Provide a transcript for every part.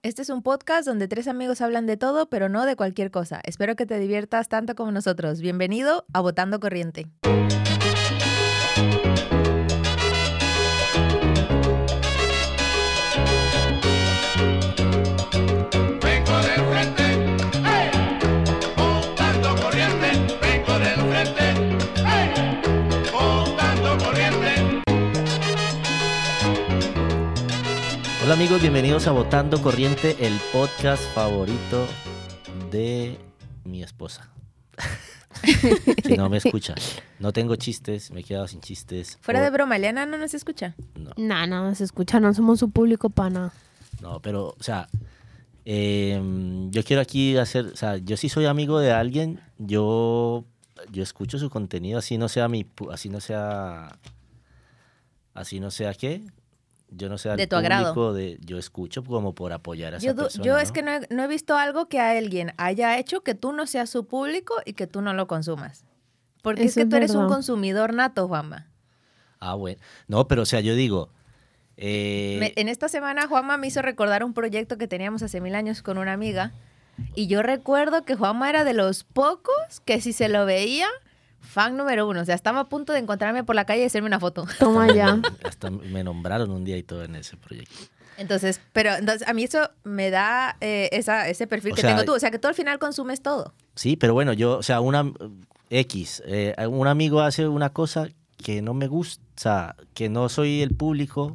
Este es un podcast donde tres amigos hablan de todo, pero no de cualquier cosa. Espero que te diviertas tanto como nosotros. Bienvenido a Botando Corriente. Vengo del frente, ¡hey! Botando corriente. Vengo del frente, ¡hey! Botando corriente. Hola amigos, bienvenidos a Botando Corriente, el podcast favorito de mi esposa. Si no me escucha. No tengo chistes, me he quedado sin chistes. Fuera de broma, Eliana no nos escucha. No se escucha, no somos su público pana. No, pero, o sea, yo quiero aquí hacer, o sea, yo sí soy amigo de alguien, yo escucho su contenido, así no sea qué, yo no sea De el tu agrado. público yo escucho como por apoyar a esa persona, Yo ¿no? es que no he visto algo que a alguien haya hecho que tú no seas su público y que tú no lo consumas. Porque es Eso que es tú eres un verdad. consumidor nato, Juanma. Ah, bueno. No, pero o sea, yo digo, En esta semana Juanma me hizo recordar un proyecto que teníamos hace 1000 años con una amiga y yo recuerdo que Juanma era de los pocos que si se lo veía, fan número uno. O sea, estaba a punto de encontrarme por la calle y hacerme una foto. Toma ya. hasta me nombraron un día y todo en ese proyecto. Entonces a mí eso me da ese perfil O que sea, tengo tú. O sea, que tú al final consumes todo. Sí, pero bueno, o sea, un amigo hace una cosa que no me gusta, que no soy el público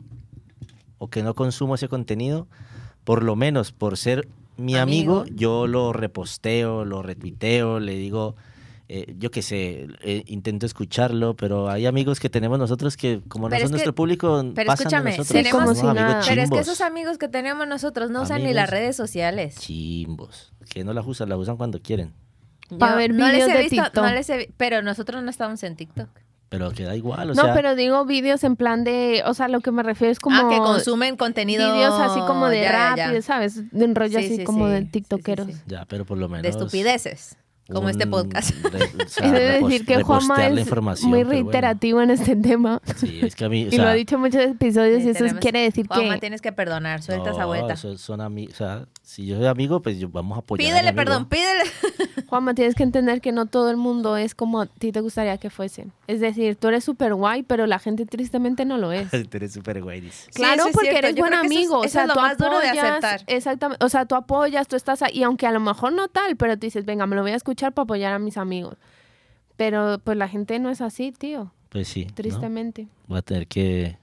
o que no consumo ese contenido, por lo menos por ser mi amigo, yo lo reposteo, lo retuiteo, le digo, yo qué sé, intento escucharlo, pero hay amigos que tenemos nosotros que como no Pero son es nuestro que- público, pero pasan escúchame, de nosotros. tenemos- como Somos si amigos nada. Pero es que chimbos. esos amigos que tenemos nosotros no usan ni Amigos las redes sociales. Chimbos, que no las usan cuando quieren, Pa' Yo ver no les vídeos he de visto, TikTok. no les he vi- pero nosotros no estamos en TikTok. pero que da igual, o No, sea, pero digo vídeos en plan de, o sea, lo que me refiero es como que consumen contenido. vídeos así como de ya, ya. rápido, ¿sabes? De un rollo Sí, así sí, como sí. de Sí, sí, tiktokeros. sí. ya, pero por lo menos De estupideces, como este podcast. He de decir que Juanma repostear la es información, muy pero bueno. reiterativo en este tema. Sí, es que a mí, o Y sea, lo ha dicho en muchos episodios y eso Tenemos- quiere decir Juanma, que... tienes que perdonar, suelta esa no, vuelta. son amigos, o sea, si yo soy amigo, pues vamos a apoyar a mi Pídele amigo. perdón, pídele. Juanma, tienes que entender que no todo el mundo es como a ti te gustaría que fuesen. Es decir, tú eres súper guay, pero la gente tristemente no lo es. Tú eres súper güey, dice. Claro, eso es porque cierto. eres Yo buen creo que eso es- amigo. eso O sea, es lo tú más duro de apoyas, aceptar. exactamente. O sea, tú apoyas, tú estás ahí. Y aunque a lo mejor no tal, pero tú dices, venga, me lo voy a escuchar para apoyar a mis amigos. Pero pues la gente no es así, tío. Pues sí, ¿no? Tristemente. Voy a tener que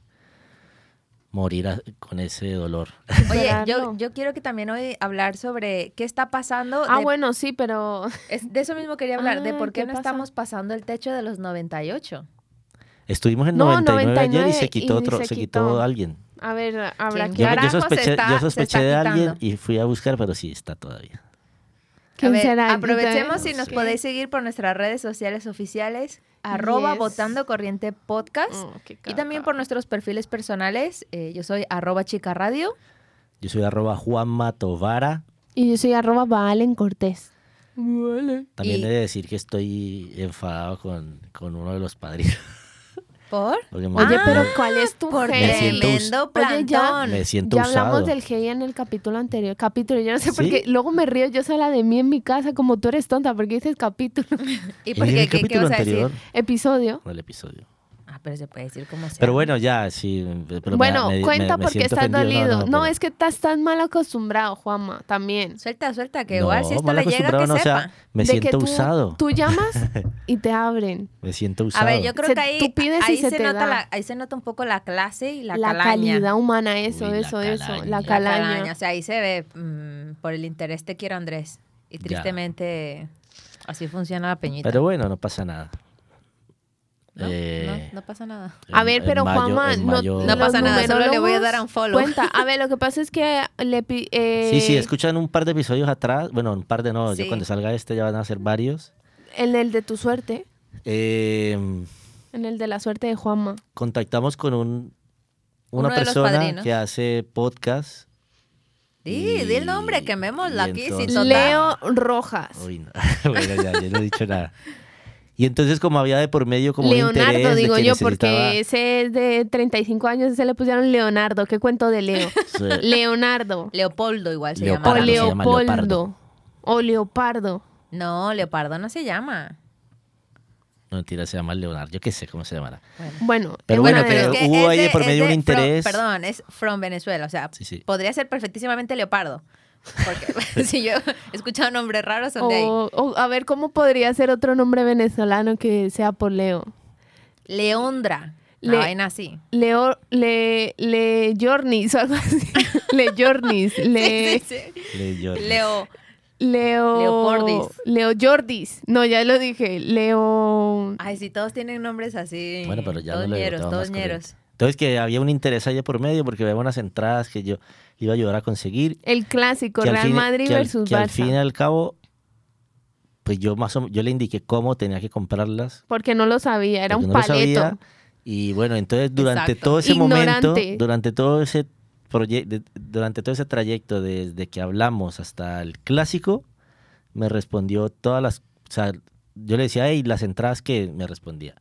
morir con ese dolor. Oye, Superarlo. yo quiero que también hoy hablar sobre qué está pasando. Ah, bueno, sí, pero... De eso mismo quería hablar, de Ah, por qué ¿qué no pasa? estamos pasando el techo de los 98. Estuvimos en No, 99 ayer y 99 se quitó y se se quitó. quitó alguien. A ver, habrá ¿Quién? que... Yo Carajo, sospeché, se está de alguien quitando. y fui a buscar, pero sí está todavía. A ¿Quién ver, será? aprovechemos si No nos sé. podéis seguir por nuestras redes sociales oficiales, @ Yes. Botando Corriente Podcast, Oh, qué y también caca. por nuestros perfiles personales. Yo soy @chicaradio. Yo soy @Juanma Tovara. Y yo soy @Valen Cortés. También Y- he de decir que estoy enfadado con uno de los padrinos. ¿Por? Porque me- Oye, pero ¿cuál es tu Por Me siento tremendo Oye, ya- plantón. me siento Ya usado. hablamos del gay en el capítulo anterior. Yo no sé por ¿Sí? qué. Luego me río yo sola de mí en mi casa, como tú eres tonta, porque dices capítulo. ¿Y En por el qué? ¿Qué capítulo vas a anterior, decir? Episodio. no el episodio. Ah, pero se puede decir como sea. Pero bueno, ya, sí. Pero Bueno, me cuenta me porque siento estás ofendido. dolido. No, pero- es que estás tan mal acostumbrado, Juanma, también. Suelta, que No, igual si esto mal le llega, que acostumbrado no, o sea, sepa. me De que siento tú- usado. Tú llamas y te abren. Me siento usado. A ver, yo creo Se- que ahí, tú pides y ahí se se te nota da. ahí se nota un poco la clase y la, La calaña. calidad humana, eso, Uy, la eso, eso. calaña. La La calaña. O sea, ahí se ve, por el interés te quiero Andrés. Y Ya. tristemente así funciona la peñita. Pero bueno, no pasa nada. ¿No? No pasa nada. A ver, pero Juanma, en no, mayo- No pasa los nada, solo le voy a dar a un numerólogos follow. Cuenta. A ver, lo que pasa es que Sí, escuchan un par de episodios atrás. Bueno, un par de no. Sí. Ya cuando salga este ya van a ser varios. en el de tu suerte, Eh, en el de la suerte de Juanma. contactamos con una Uno de los persona padrinos. que hace podcast. Di el nombre, quemémosla y aquí. entonces- Sin total. Leo Rojas. Uy, no. Bueno, ya no he dicho nada. Y entonces como había de por medio como un interés Leonardo, de digo que yo, necesitaba- porque ese es de 35 años, se le pusieron Leonardo. ¿Qué cuento de Leo? Sí. Leonardo. Leopoldo igual se Leopardo. llama. O se llama Leopoldo. Leopardo. O Leopardo. No, Leopardo no se llama. No, mentira, se llama Leonardo. Yo qué sé cómo se llamará. Bueno, Pero es bueno, una de pero dos. hubo ahí de por es medio un from- interés. perdón, es from Venezuela. O sea, Sí. podría ser perfectísimamente Leopardo. Porque si yo he escuchado nombres raros, son de ahí. O a ver, ¿cómo podría ser otro nombre venezolano que sea por Leo? Leondra. La Le- vaina así. Le Jornis o algo así. Le Jornis. Le... Sí, sí, sí. Leo. Leo. Leo... Leopordis. Leo Jordis. No, ya lo dije. Leo... Ay, sí, todos tienen nombres así. Bueno, pero ya todos no le ñeros, botaba todos más ñeros. corriente. Entonces que había un interés ahí de por medio porque había unas entradas que yo iba a ayudar a conseguir. El clásico, Que al Real fin- Madrid que al- versus que al Barça. fin y al cabo, pues yo yo le indiqué cómo tenía que comprarlas. Porque no lo sabía, era porque un no lo paleto. sabía. Y bueno, entonces durante Exacto. todo ese momento, Ignorante. durante todo ese durante todo ese trayecto desde que hablamos hasta el clásico, me respondió todas las, o sea, yo le decía, hey, las entradas que me respondía.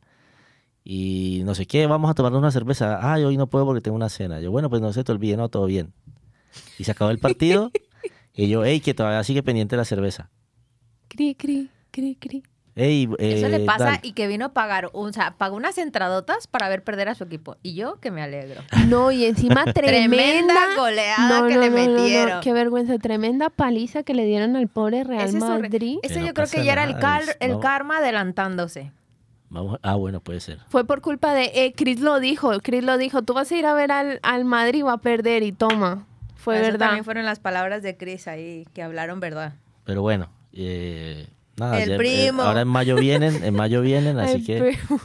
Y no sé qué, vamos a tomarnos una cerveza. Ay, hoy no puedo porque tengo una cena. Yo, bueno, pues no se te olvide, no, todo bien. Y se acabó el partido. Y yo, hey, que todavía sigue pendiente la cerveza. Cri, cri, cri, cri. Hey, Eso le pasa dale. y que vino a pagar, o sea, pagó unas entradotas para ver perder a su equipo. Y yo que me alegro. No, y encima tremenda... goleada que le metieron. qué vergüenza, tremenda paliza que le dieron al pobre Real Ese es horri- Madrid. Ese Que no yo creo pasa que ya era el, nada, el no. karma adelantándose. Bueno, puede ser. Fue por culpa de... Chris lo dijo, tú vas a ir a ver al Madrid y va a perder y toma. Fue Eso verdad. también fueron las palabras de Chris ahí que hablaron verdad. Pero bueno, nada, El primo. ahora en mayo vienen, así El que... primo.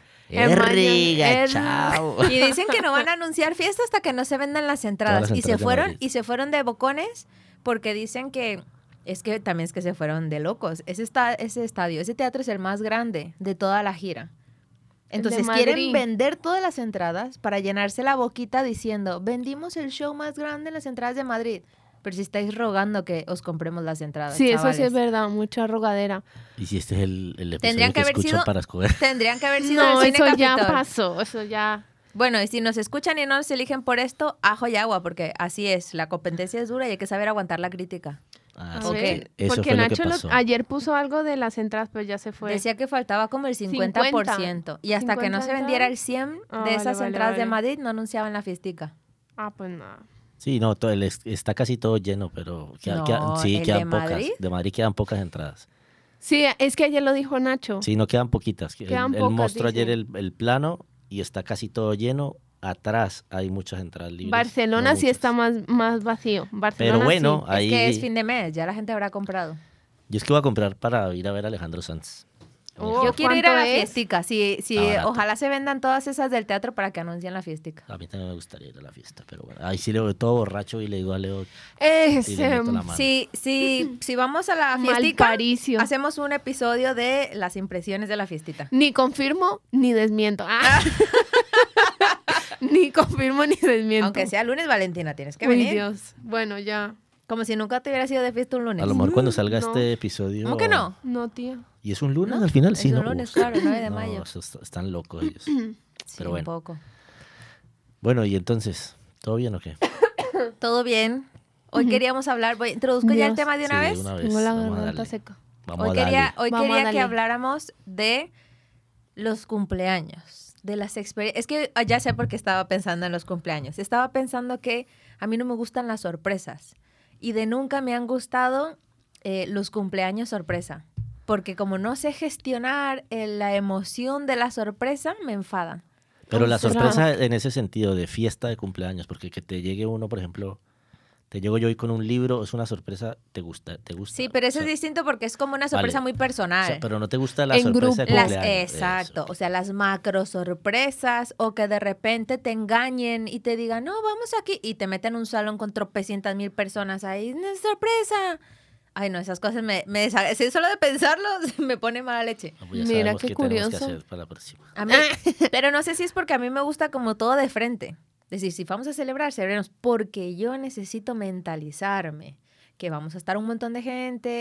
Riga, el- chao. Y dicen que no van a anunciar fiesta hasta que no se vendan las entradas. Todas las Y se entradas de fueron, Madrid. y se fueron de bocones porque dicen que también es que se fueron de locos. Ese estadio, ese teatro es el más grande de toda la gira. Entonces Madrid. quieren vender todas las entradas para llenarse la boquita diciendo, vendimos el show más grande en las entradas de Madrid. Pero si estáis rogando que os compremos las entradas, Sí, eso sí chavales. es verdad, mucha rogadera. Y si este es el episodio Tendrían que que haber escuchan sido- para escoger. Tendrían que haber sido No, el Cine eso ya Capitol. pasó, eso ya... Bueno, y si nos escuchan y no nos eligen por esto, ajo y agua, porque así es, la competencia es dura y hay que saber aguantar la crítica. Ah, A sí, ver, eso porque fue lo Nacho que pasó. ayer puso algo de las entradas, pero ya se fue. Decía que faltaba como el 50%. Y hasta que no 50 se vendiera el 100 Ah, de vale, esas vale, entradas de vale. Madrid, no anunciaban la fiestica. Ah, pues nada. Sí, no, está casi todo lleno, pero No, sí, ¿el quedan de pocas. Madrid? De Madrid quedan pocas entradas. Sí, es que ayer lo dijo Nacho. Sí, no quedan poquitas. Quedan Él pocas, mostró ayer dice. el plano y está casi todo lleno. Atrás hay muchas entradas libres. Barcelona no sí muchas. está más vacío. Barcelona Pero bueno, sí. ahí Es que es fin de mes, ya la gente habrá comprado. yo es que voy a comprar para ir a ver a Alejandro Sanz. Oh, Yo quiero ir a ¿cuánto la es? fiestica. Sí, Está barato. ojalá se vendan todas esas del teatro para que anuncien la fiestica. A mí también me gustaría ir a la fiesta, pero bueno. Ahí sí le veo todo borracho y le digo a Leo y Ese le meto la mano. Si vamos a la fiestica, Malparicio. hacemos un episodio de las impresiones de la fiestita. Ni confirmo ni desmiento. Ah. Ni confirmo ni desmiento. Aunque sea lunes, Valentina, tienes que Uy, venir. Dios. Bueno, ya. Como si nunca te hubieras ido de fiesta un lunes. A lo mejor cuando salga No. este episodio... ¿Cómo que no? No, tía. ¿Y es un lunes ¿No? al final? Es Sí, un ¿no? lunes, Uf. claro, 9 de No, mayo. están locos ellos. Sí, pero bueno. un poco. Bueno, y entonces, ¿todo bien o qué? Todo bien. Hoy queríamos hablar, introduzco ya el Dios. tema de una Sí, vez. de una vez. Tengo la Vamos a garganta darle. seca. Vamos Hoy a darle. hoy Vamos a quería que darle. habláramos de los cumpleaños, de las experiencias. Es que ya sé por qué estaba pensando en los cumpleaños. Estaba pensando que a mí no me gustan las sorpresas y de nunca me han gustado los cumpleaños sorpresa. Porque como no sé gestionar la emoción de la sorpresa, me enfada. Pero la O sea, sorpresa en ese sentido de fiesta de cumpleaños, porque que te llegue uno, por ejemplo, te llego yo hoy con un libro, es una sorpresa, te gusta. Sí, pero eso O sea, es distinto porque es como una sorpresa vale. muy personal. o sea, pero no te gusta la En sorpresa de grupo. Las, cumpleaños. exacto, Eso. o sea, las macro sorpresas o que de repente te engañen y te digan, no, vamos aquí y te meten en un salón con tropecientas mil personas ahí, ¡no, sorpresa! Ay, no, esas cosas sí, solo de pensarlo me pone mala leche. No, pues ya Mira, sabemos qué qué tenemos que curioso. hacer para la próxima. A mí, pero no sé si es porque a mí me gusta como todo de frente. Es decir, si vamos a celebrar, celebremos porque yo necesito mentalizarme que vamos a estar un montón de gente,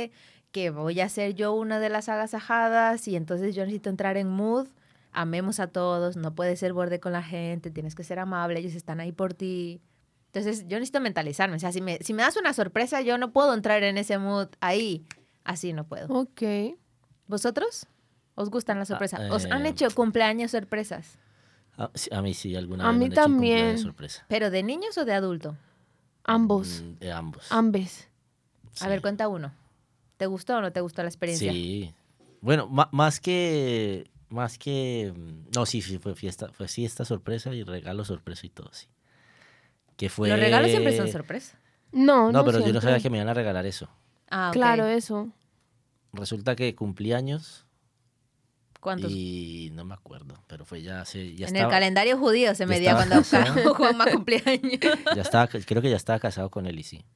que voy a ser yo una de las agasajadas y entonces yo necesito entrar en mood. Amemos a todos, no puedes ser borde con la gente, tienes que ser amable, ellos están ahí por ti. Entonces yo necesito mentalizarme. O sea, si me das una sorpresa, yo no puedo entrar en ese mood ahí. Así no puedo. Ok. ¿Vosotros? ¿Os gustan las sorpresas? ¿Os han hecho cumpleaños sorpresas? A mí sí, alguna A vez mí me han hecho un también. cumpleaños sorpresa. ¿Pero de niños o de adulto? Ambos. De ambos. Ambes. Sí. A ver, cuenta uno. ¿Te gustó o no te gustó la experiencia? Sí. Bueno, más que... No, sí, fue fiesta sorpresa y regalo sorpresa y todo, sí. Que fue... Los regalos siempre son sorpresa. No, No, pero yo no siempre. sabía que me iban a regalar eso. Ah, ok. Claro, eso. Resulta que cumplí años ¿Cuántos? y no me acuerdo, pero fue ya En estaba, el calendario judío se ya medía estaba cuando casado. Juanma cumplía años. creo que ya estaba casado con él y sí.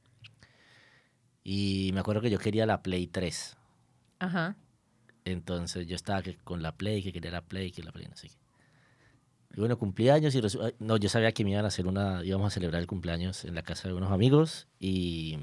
Y me acuerdo que yo quería la Play 3. Ajá. Entonces yo estaba con la Play, que quería la Play, no sé qué. Y bueno, cumpleaños y no, yo sabía que me iban a hacer íbamos a celebrar el cumpleaños en la casa de unos amigos y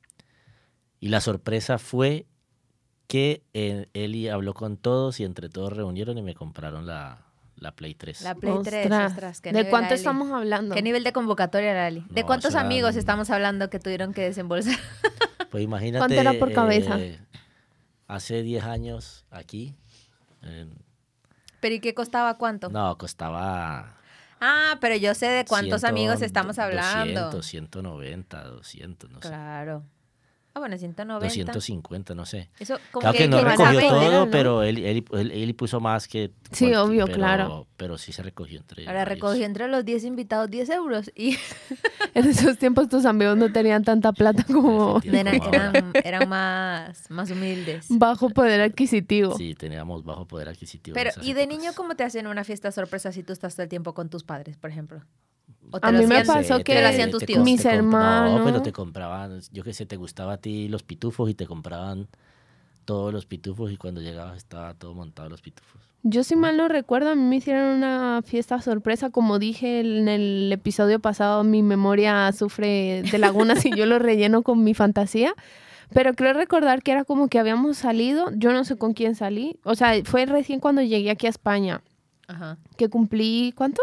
la sorpresa fue que él habló con todos y entre todos reunieron y me compraron la Play 3. La Play 3, Ostras. ostras. ¿Qué ¿De nivel, cuánto Ali? estamos hablando? ¿Qué nivel de convocatoria era, Ali? ¿De No, cuántos eso eran- amigos estamos hablando que tuvieron que desembolsar? Pues imagínate. ¿Cuánto era por cabeza? Hace 10 años aquí. ¿Pero y qué costaba cuánto? No, costaba. Ah, pero yo sé de cuántos 100, amigos estamos hablando. 200, 190, 200, no sé. Claro. Ah, bueno, 190. 250, no sé. Eso como Claro que no equivale a recogió 20. todo, ¿no? pero él puso más que... Sí, obvio, pero- claro. Pero sí se recogió entre Ahora varios. recogió entre los 10 invitados 10 euros y En esos tiempos tus amigos no tenían tanta plata como eran más humildes. bajo poder adquisitivo. Sí, teníamos bajo poder adquisitivo. en Pero, esas ¿y de épocas. niño cómo te hacen una fiesta sorpresa si tú estás todo el tiempo con tus padres, por ejemplo? ¿O A mí me hacían- pasó te que lo hacían tus tíos? mis hermanos- No, pero te compraban, yo qué sé, te gustaba a ti los pitufos y te compraban todos los pitufos y cuando llegabas estaba todo montado los pitufos. Yo si mal no recuerdo, a mí me hicieron una fiesta sorpresa, como dije en el episodio pasado, mi memoria sufre de lagunas y yo lo relleno con mi fantasía, pero creo recordar que era como que habíamos salido, yo no sé con quién salí, o sea, fue recién cuando llegué aquí a España, Ajá. que cumplí, ¿cuánto?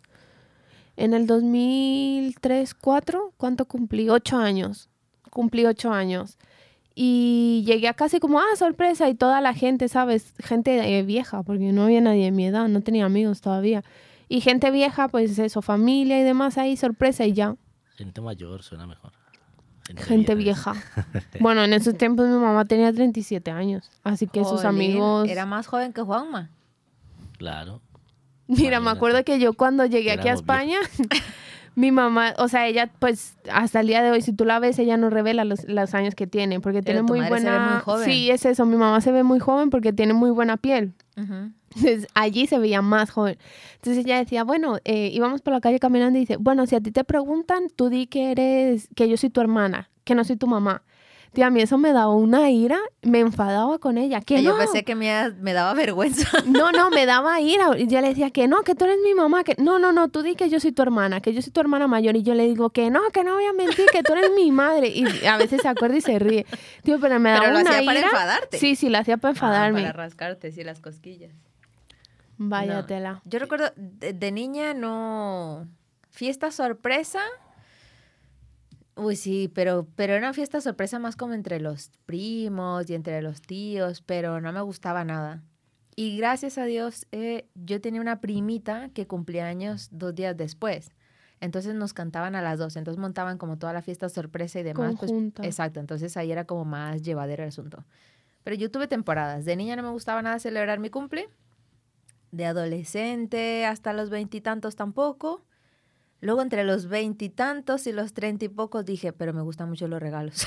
En el 2003, 2004, ¿cuánto cumplí? 8 años. Cumplí 8 años. Y llegué a casi como, sorpresa, y toda la gente, ¿sabes? Gente vieja, porque no había nadie de mi edad, no tenía amigos todavía. Y gente vieja, pues eso, familia y demás ahí, sorpresa y ya. Gente mayor suena mejor. Gente vieja. Bueno, en esos tiempos mi mamá tenía 37 años, así que sus Jolín, amigos... Era más joven que Juanma. Claro. Mira, me Imagínate. acuerdo que yo cuando llegué aquí a Éramos España, mi mamá, o sea, ella pues hasta el día de hoy, si tú la ves, ella no revela los años que tiene, porque tiene tu muy madre se ve buena... muy joven. Sí, es eso, mi mamá se ve muy joven porque tiene muy buena piel. Ujú. Entonces, allí se veía más joven. Entonces ella decía, bueno, íbamos por la calle caminando y dice, bueno, si a ti te preguntan, tú di que yo soy tu hermana, que no soy tu mamá. Tía, a mí eso me daba una ira, me enfadaba con ella. Que Yo no, pensé que me daba vergüenza. no, me daba ira. Y yo le decía que no, que tú eres mi mamá. Que no, tú di que yo soy tu hermana, que yo soy tu hermana mayor. Y yo le digo que no voy a mentir, que tú eres mi madre. Y a veces se acuerda y se ríe. Tío, pero me daba Pero lo una hacía ira. para enfadarte. Sí, lo hacía para enfadarme. Para rascarte, sí, las cosquillas. Vaya No. tela. Yo recuerdo, de niña no... Fiesta sorpresa. Uy, sí, pero era una fiesta sorpresa más como entre los primos y entre los tíos, pero no me gustaba nada. Y gracias a Dios, yo tenía una primita que cumplía años 2 días después. Entonces nos cantaban a las 2, entonces montaban como toda la fiesta sorpresa y demás. Conjunta. Pues, exacto, entonces ahí era como más llevadero el asunto. Pero yo tuve temporadas. De niña no me gustaba nada celebrar mi cumple. De adolescente hasta los 20 y tantos tampoco. Luego entre los 20 y tantos y los 30 y pocos dije, pero me gustan mucho los regalos.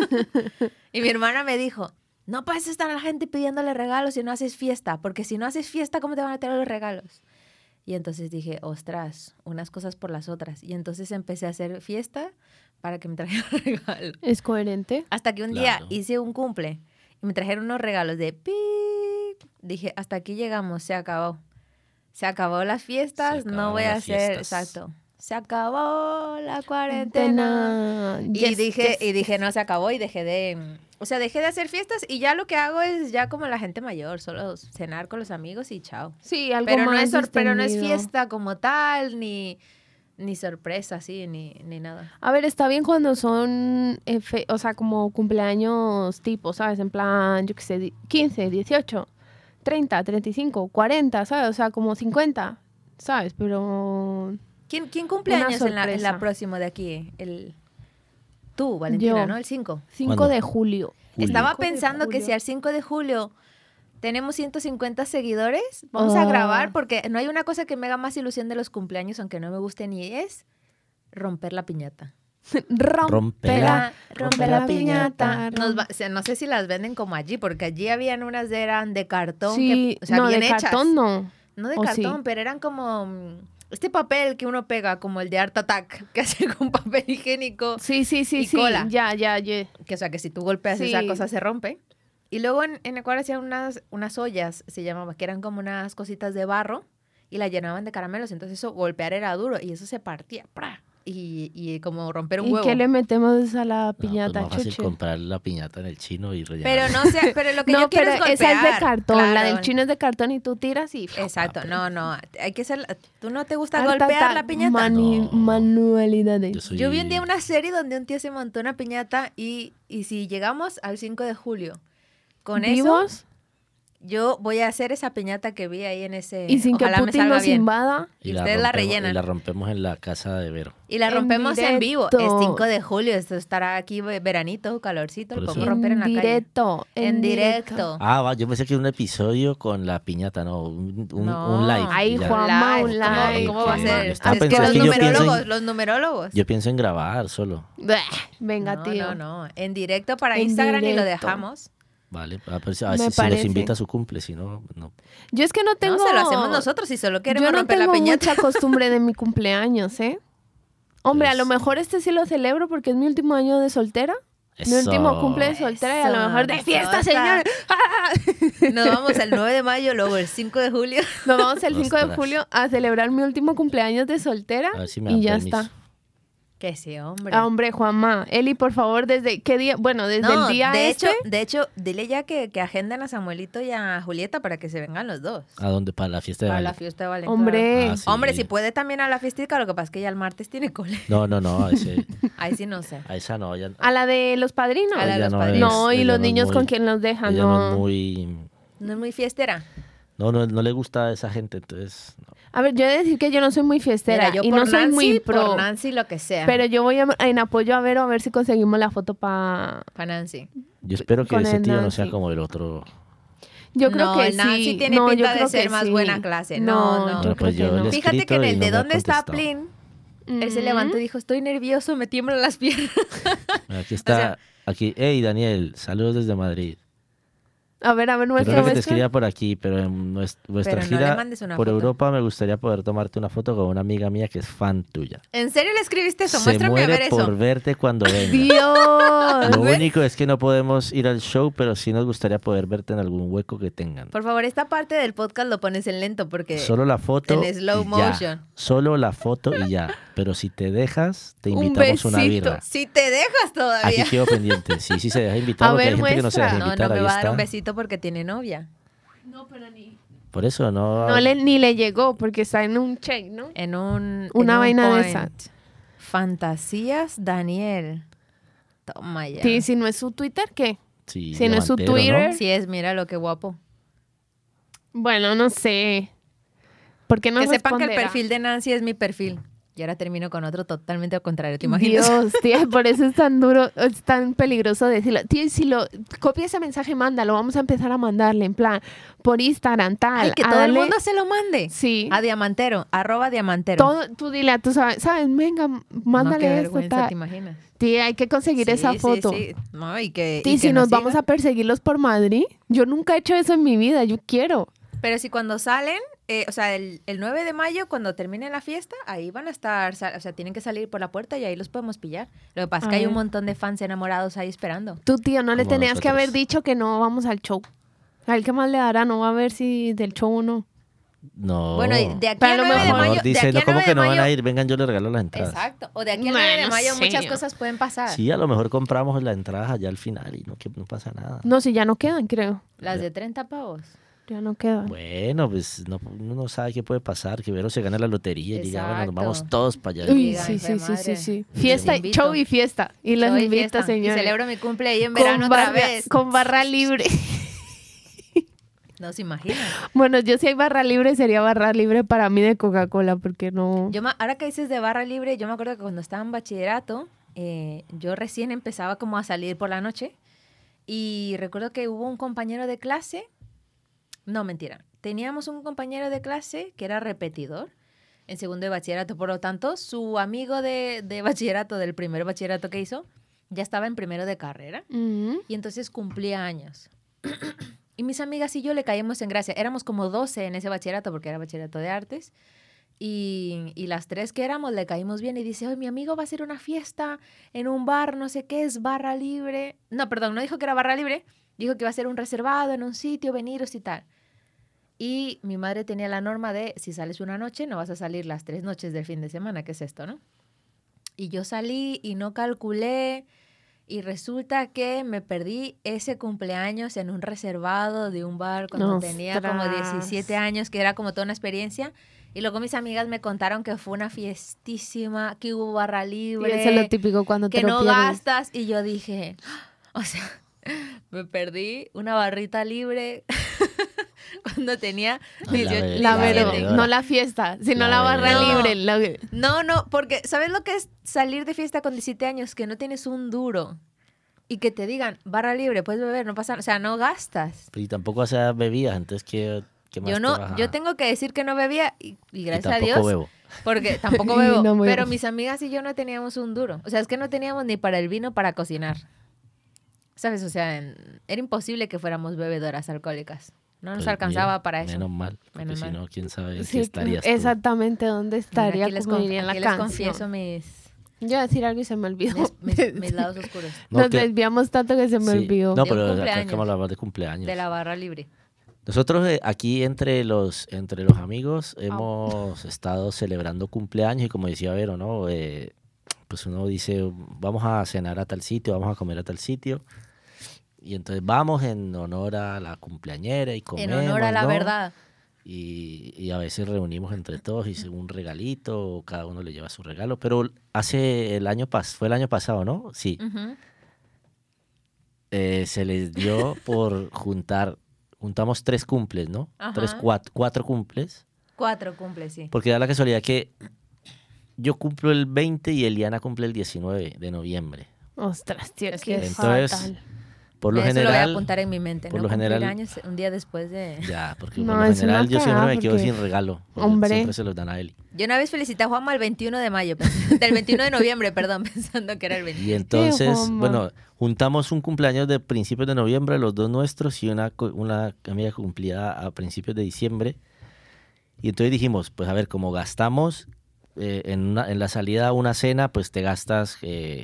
Y mi hermana me dijo, no puedes estar a la gente pidiéndole regalos si no haces fiesta, porque si no haces fiesta, ¿cómo te van a traer los regalos? Y entonces dije, ostras, unas cosas por las otras. Y entonces empecé a hacer fiesta para que me trajeran regalos. ¿Es coherente? Hasta que un Claro. día hice un cumple y me trajeron unos regalos de pip. Dije, hasta aquí llegamos, se acabó. Se acabó las fiestas, Se no acabaron voy a las hacer, fiestas. exacto. se acabó la cuarentena. Yes, Y dije, no, se acabó y dejé de hacer fiestas y ya lo que hago es ya como la gente mayor, solo cenar con los amigos y chao. Sí, algo Pero más no es distendido. fiesta como tal, ni sorpresa, así, ni nada. A ver, está bien cuando son, o sea, como cumpleaños tipo, ¿sabes? En plan, yo qué sé, 15, 18, 30, 35, 40, ¿sabes? O sea, como 50, ¿sabes? Pero ¿Quién cumple Una años en la sorpresa. próxima de aquí? Tú, Valentina, Yo. ¿no? El 5. 5 ¿Cuándo? de julio. Estaba 5 de pensando que julio. si al 5 de julio tenemos 150 seguidores, vamos a grabar porque no hay una cosa que me haga más ilusión de los cumpleaños, aunque no me guste ni es romper la piñata. Rómpela. Rompe la piñata. No sé si las venden como allí, porque allí habían unas eran de cartón, Sí, que, o sea, no, bien de hechas. cartón no. No de ¿O cartón, sí? pero eran como este papel que uno pega, como el de Art Attack, que hace con papel higiénico. Sí, Y cola. Ya. Que, o sea, que si tú golpeas Sí. esa cosa se rompe. Y luego en Ecuador hacían unas ollas, se llamaba, que eran como unas cositas de barro y la llenaban de caramelos. Entonces eso, golpear era duro y eso se partía. ¡Pra! Y como romper un ¿Y huevo. qué le metemos a la No, pues piñata, más fácil chuche? comprar la piñata en el chino y rellenar. Pero no sé, pero lo que No, yo quiero pero es golpear. esa es de cartón, la Claro. del chino es de cartón y tú tiras y... Exacto, no, hay que ser, ¿tú no te gusta Harta golpear la piñata? No. Manualidades. Yo vi un día una serie donde un tío se montó una piñata y si llegamos al 5 de julio con eso, ¿Vivos? yo voy a hacer esa piñata que vi ahí en ese... Y sin que ojalá me Putin salga nos bien. invada. Y ustedes la rompemos- rellenan. Y la rompemos en la casa de Vero. Y la En rompemos en vivo. Es directo. 5 de julio, esto estará aquí veranito, calorcito, Por lo eso. podemos romper en la calle. Directo. En directo. Ah, va, yo pensé que era un episodio con la piñata, no, un No. live. Ay, y ya. Juanma, Live, un live. ¿Cómo va a Sí, ser? yo estaba Es que pensando los que yo pienso numerólogos, en- los numerólogos. Yo pienso en grabar solo. Bleh, venga, No, tío. no. En directo para En Instagram y lo directo. dejamos. Vale, a ver Me si nos parece. invita a su cumple, si no, no. Yo es que no tengo... No, se lo hacemos nosotros si solo queremos Yo no romper la tengo piñata. mucha costumbre de mi cumpleaños, ¿eh? Hombre, a lo Pues- mejor este sí lo celebro porque es mi último año de soltera. Mi Eso. último cumple de soltera y a lo Eso, mejor de fiesta, eso, señores. Nos vamos el 9 de mayo, luego el 5 de julio. Nos vamos el 5 de Ostras. julio a celebrar mi último cumpleaños de soltera A ver si me y dan ya permiso. está. Que sí, hombre. Ah, hombre, Juanma. Eli, por favor, ¿desde qué día? Bueno, desde No, el día de hecho, dile ya que agenden a Samuelito y a Julieta para que se vengan los dos. ¿A dónde? Para la fiesta de Para la Vale. fiesta de Valentín. Hombre. Ah, sí. Hombre, si puede también a la fiestica, lo que pasa es que ya el martes tiene cole. No, a ese, Ahí sí no sé. a esa no. Ya, A la de los padrinos. A la de ella los no padrinos. No, y ella los no es niños muy- con quien los dejan, ella no. no es muy... No es muy fiestera. No le gusta a esa gente, entonces... no. A ver, yo he de decir que yo no soy muy fiestera Mira, yo y por no soy Nancy, muy pro. por Nancy, lo que sea. Pero yo voy en apoyo a ver si conseguimos la foto para... Para Nancy. Yo espero que Con ese el tío no Nancy. sea como el otro. Yo creo No, que el Nancy sí. tiene No, pinta yo de creo ser que más sí. buena clase. No. yo Bueno, creo pues que yo no. les- Fíjate que escrito en y el no de me ha dónde está contestado. Plin, él se levantó y dijo, estoy nervioso, me tiemblan las piernas. Aquí está, O sea- aquí. Hey, Daniel, saludos desde Madrid. A ver, Creo muestra, que te muestra. escribía por aquí, pero en vuestra Pero no le gira mandes una por foto. Europa me gustaría poder tomarte una foto con una amiga mía que es fan tuya. ¿En serio le escribiste eso? Se Muéstrame a ver muere eso. por verte cuando venga. Dios. Lo único es que no podemos ir al show, pero sí nos gustaría poder verte en algún hueco que tengan. Por favor, esta parte del podcast lo pones en lento porque... Solo la foto en slow y ya. motion. Solo la foto y ya. Pero si te dejas, te Un invitamos una besito. birra. Si te dejas Aquí todavía. quedo pendiente. Sí, se deja invitar A porque ver, hay gente que no se deja muestra. No, invitar. no me ahí va a dar está. un besito porque tiene novia. Por eso no. Ni le llegó porque está en un check, ¿no? En un... Una en un vaina de point. esas. Fantasías Daniel. Toma ya. Sí, si no es su Twitter, ¿qué? Sí, si no es su diamantero, ¿no? Twitter. Sí es, mira lo que guapo. Bueno, no sé. ¿Por qué no que sepan que el responderá? perfil de Nancy es mi perfil. Y ahora termino con otro totalmente al contrario, ¿te imaginas? Dios, tía, por eso es tan duro, es tan peligroso decirlo. Tío, si lo copia ese mensaje, mándalo. Vamos a empezar a mandarle en plan por Instagram, tal. Ay, que a todo el darle- mundo se lo mande. Sí. A Diamantero, @Diamantero. Todo, tú dile a tú sabes, venga, No, mándale qué esto, vergüenza, tal. ¿te imaginas? Tía, hay que conseguir esa Sí, foto. Sí, sí. No, y que, Tía, y si que nos siga. vamos a perseguirlos por Madrid, yo nunca he hecho eso en mi vida, yo quiero. Pero si cuando salen, o sea, el 9 de mayo, cuando termine la fiesta, ahí van a estar, o sea, tienen que salir por la puerta y ahí los podemos pillar. Lo que pasa es A que hay ver. un montón de fans enamorados ahí esperando. Tú, tío, no le Como tenías que nosotros. haber dicho que no vamos al show. A él qué más le dará, no va a ver si del show o no. No. Bueno, y de aquí Pero a a lo 9 de mejor mayo... dice, de aquí no, a ¿cómo 9 que de no van mayo- a ir? Vengan, yo les regalo las entradas. Exacto. O de aquí al 9 de Bueno, mayo sí. muchas cosas pueden pasar. Sí, a lo mejor compramos las entradas allá al final y no, que no pasa nada. No, si ya no quedan, creo. Las de 30 pavos. Ya no quedan. Bueno, pues no, uno no sabe qué puede pasar, que Vero se gana la lotería y diga, bueno, nos Exacto. vamos todos para allá. Uy, Diga, sí, hijo de sí, sí, madre. sí, sí. Los Fiesta, invito. show y fiesta. Y los Soy invito, fiesta. señores. Y celebro mi cumple ahí en Con verano otra barra- vez. Con barra libre. No se imaginan. Bueno, yo si hay barra libre, sería barra libre para mí de Coca-Cola, porque no... Ahora que dices de barra libre, yo me acuerdo que cuando estaba en bachillerato, yo recién empezaba como a salir por la noche y recuerdo que hubo un compañero de clase, no, mentira, teníamos un compañero de clase que era repetidor en segundo de bachillerato, por lo tanto, su amigo de bachillerato, del primer bachillerato que hizo, ya estaba en primero de carrera Mm. y entonces cumplía años. Y mis amigas y yo le caímos en gracia. Éramos como 12 en ese bachillerato, porque era bachillerato de artes. Y las 3 que éramos le caímos bien y dice, oye, mi amigo va a hacer una fiesta en un bar, no sé qué, es barra libre. No, perdón, no dijo que era barra libre, dijo que iba a ser un reservado en un sitio, veniros y tal. Y mi madre tenía la norma de, si sales una noche, no vas a salir las 3 noches del fin de semana, ¿qué es esto, no? Y yo salí y no calculé y resulta que me perdí ese cumpleaños en un reservado de un bar cuando tenía como ¡Ostras! 17 años, que era como toda una experiencia. Y luego mis amigas me contaron que fue una fiestísima, que hubo barra Y libre, eso es lo típico cuando que te lo no pierdes. gastas. Y yo dije, o sea, me perdí una barrita libre cuando tenía La 18. ve- La La Vero, bebedora. no la fiesta, sino La la barra bebedora. libre. la- No, porque ¿sabes lo que es salir de fiesta con 17 años? Que no tienes un duro. Y que te digan, barra libre, puedes beber, no pasa nada. O sea, no gastas. Y tampoco hace bebidas, entonces ¿qué más Yo te no, vas a- yo tengo que decir que no bebía y y gracias a tampoco Dios. bebo. Porque tampoco Y bebo. no bebo. Pero mis amigas y yo no teníamos un duro. O sea, es que no teníamos ni para el vino para cocinar. ¿Sabes? O sea, era imposible que fuéramos bebedoras alcohólicas. No nos Pues alcanzaba bien, para eso. Menos mal, porque Menos si mal. no, quién sabe Sí, qué estarías tú. exactamente dónde Mira, estaría, aquí les, como diría en la aquí les canción. confieso mis, Yo iba a decir algo y se me olvidó. mis lados oscuros. No, Nos que- desviamos tanto que se me sí. olvidó. No, De un pero acá cumpleaños. estamos hablando de cumpleaños. De la barra libre. Nosotros aquí entre los amigos hemos estado celebrando cumpleaños y como decía Vero, ¿no? Pues uno dice, vamos a cenar a tal sitio, vamos a comer a tal sitio. Y entonces vamos en honor a la cumpleañera y comemos, En honor a la ¿no? verdad. Y a veces reunimos entre todos y hice un regalito, o cada uno le lleva su regalo. Pero fue el año pasado, ¿no? Sí. Ujú. Se les dio por juntamos 3 cumples, ¿no? Ajá. 4 cumples. 4 cumple, sí. Porque da la casualidad que yo cumplo el 20 y Eliana cumple el 19 de noviembre. Ostras, tío, Es qué que- Entonces, fatal. Por lo Eso lo voy a general, apuntar en mi mente. por ¿no? lo Cumplir general- años un día después de... ya, porque No, por lo es una general yo siempre cagada me quedo porque- sin regalo. Porque Hombre. siempre se los dan a Eli. Yo una vez felicité a Juanma el 21 de mayo, del 21 de noviembre, perdón, pensando que era el 21. Y entonces, Juanma. bueno, juntamos un cumpleaños de principios de noviembre, los dos nuestros, y una amiga que cumplía a principios de diciembre. Y entonces dijimos, pues a ver, como gastamos en la salida a una cena, pues te gastas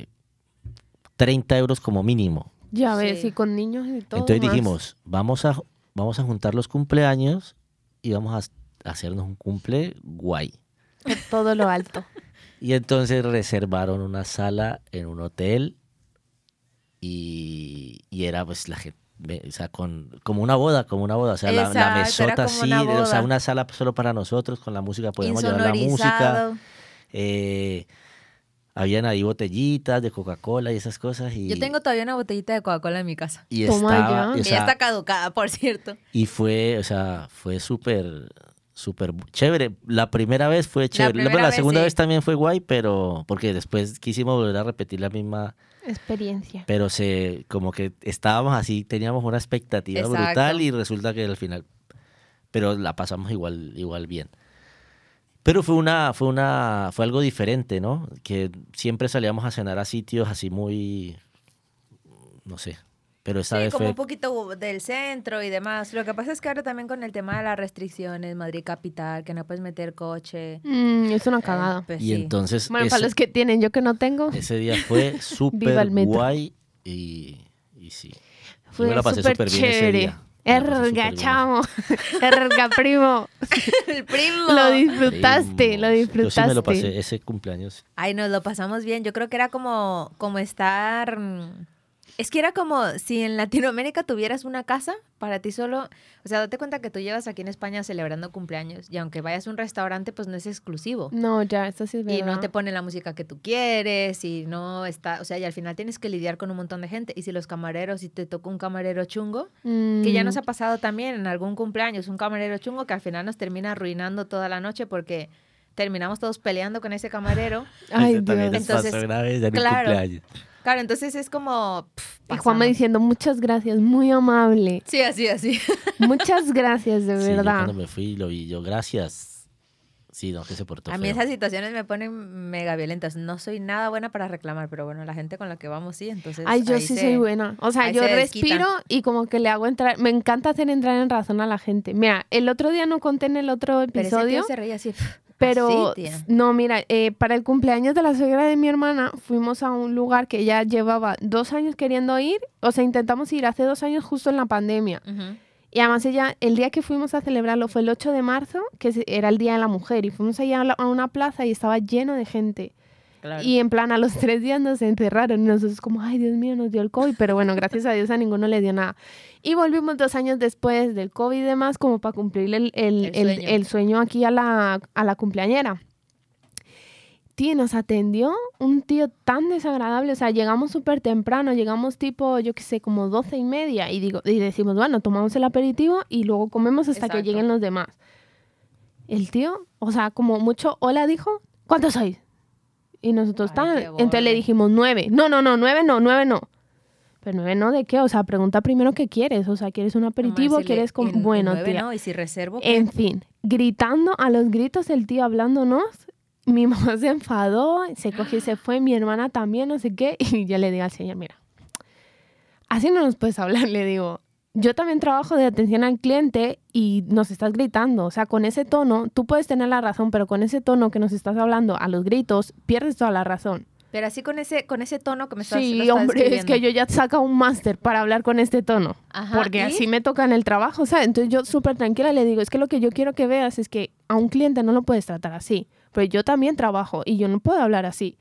30 euros como mínimo. Ya ves, Sí. y con niños y todo. Entonces más. dijimos, vamos a juntar los cumpleaños y vamos a hacernos un cumple guay. Por todo lo alto. Y entonces reservaron una sala en un hotel y era pues la gente, o sea, como una boda, o sea, la Exacto, era mesota como así, una o sea, boda. una sala solo para nosotros, con la música, podíamos llevar la música. Insonorizado. Habían ahí botellitas de Coca-Cola y esas cosas. Y, Yo tengo todavía una botellita de Coca-Cola en mi casa. y Toma estaba, ya. o Que sea, ya está caducada, por cierto. y fue, o sea, fue súper chévere. La primera vez fue chévere. primera La vez, segunda sí. vez también fue guay, pero porque después quisimos volver a repetir la misma, Experiencia. pero como que estábamos así, teníamos una expectativa Exacto. brutal y resulta que al final, pero la pasamos igual bien. Pero fue algo diferente, ¿no? Que siempre salíamos a cenar a sitios así muy, no sé, pero esta Sí, vez como fue un poquito del centro y demás. Lo que pasa es que ahora también con el tema de las restricciones, Madrid capital, que no puedes meter coche. Es una cagada. Pues y sí. entonces Bueno, para los que tienen, yo que no tengo, ese día fue Viva el súper metro. guay y sí. Yo fue me la pasé súper súper bien ese chévere. día. pasé Erga, súper chamo. Erga, primo. El primo. Lo disfrutaste, lo Yo disfrutaste. sí me lo pasé ese cumpleaños. Ay, nos lo pasamos bien. Yo creo que era como estar... Es que era como si en Latinoamérica tuvieras una casa para ti solo. O sea, date cuenta que tú llevas aquí en España celebrando cumpleaños y aunque vayas a un restaurante, pues no es exclusivo. No, ya, esto sí es verdad. Y no te ponen la música que tú quieres y no está... O sea, y al final tienes que lidiar con un montón de gente. Y si los camareros, si te toca un camarero chungo, que ya nos ha pasado también en algún cumpleaños, un camarero chungo que al final nos termina arruinando toda la noche porque terminamos todos peleando con ese camarero. Ay, Eso también Dios. nos pasó Entonces, una vez en un claro. cumpleaños. Claro, entonces es como... Y Juanma diciendo, muchas gracias, muy amable. Sí, así. Muchas gracias, de Sí, yo verdad. cuando me fui lo vi, yo, gracias. Sí, no, que se portó A mí feo. esas situaciones me ponen mega violentas. No soy nada buena para reclamar, pero bueno, la gente con la que vamos sí, entonces... Ay, yo ahí sí se- soy buena. O sea, ahí yo se respiro desquitan. y como que le hago entrar. Me encanta hacer entrar en razón a la gente. Mira, el otro día no conté en el otro Pero ese episodio. tío se reía así. Pero, así, tía. no, mira, para el cumpleaños de la suegra de mi hermana fuimos a un lugar que ya llevaba 2 años queriendo ir. O sea, intentamos ir hace 2 años justo en la pandemia. Ujú. Y además ella, el día que fuimos a celebrarlo fue el 8 de marzo, era el Día de la Mujer. Y fuimos allá a una plaza y estaba lleno de gente. Claro. Y en plan, a los 3 días nos encerraron. Y nosotros como, ay, Dios mío, nos dio el COVID. Pero bueno, gracias a Dios a ninguno le dio nada. Y volvimos 2 años después del COVID y demás como para cumplir sueño. el sueño aquí a la cumpleañera. Tío, nos atendió un tío tan desagradable. O sea, llegamos súper temprano. Llegamos tipo, yo qué sé, como 12:30. Y decimos, bueno, tomamos el aperitivo y luego comemos hasta que Exacto. lleguen los demás. El tío, o sea, como mucho, hola dijo, ¿cuántos sois? Y nosotros, Ay, tal. qué Entonces le borde. dijimos 9. No, 9 no. Pero 9 no, ¿de qué? O sea, pregunta primero qué quieres. O sea, ¿quieres un aperitivo? Mamá, ¿Quieres decirle, en bueno, 9 tía. no, y si reservo, ¿qué? En fin, gritando a los gritos el tío hablándonos. Mi mamá se enfadó, se cogió y se fue. Mi hermana también, no sé qué. Y yo le digo al señor, mira, así no nos puedes hablar, le digo. Yo también trabajo de atención al cliente y nos estás gritando. O sea, con ese tono, tú puedes tener la razón, pero con ese tono que nos estás hablando a los gritos, pierdes toda la razón. Pero así con ese tono que me estás lo Sí, estás hombre, es que describiendo. yo ya saco un máster para hablar con este tono. Ajá, Porque ¿y? así me toca en el trabajo, ¿sabes? Entonces yo súper tranquila le digo, es que lo que yo quiero que veas es que a un cliente no lo puedes tratar así. Pero yo también trabajo y yo no puedo hablar así.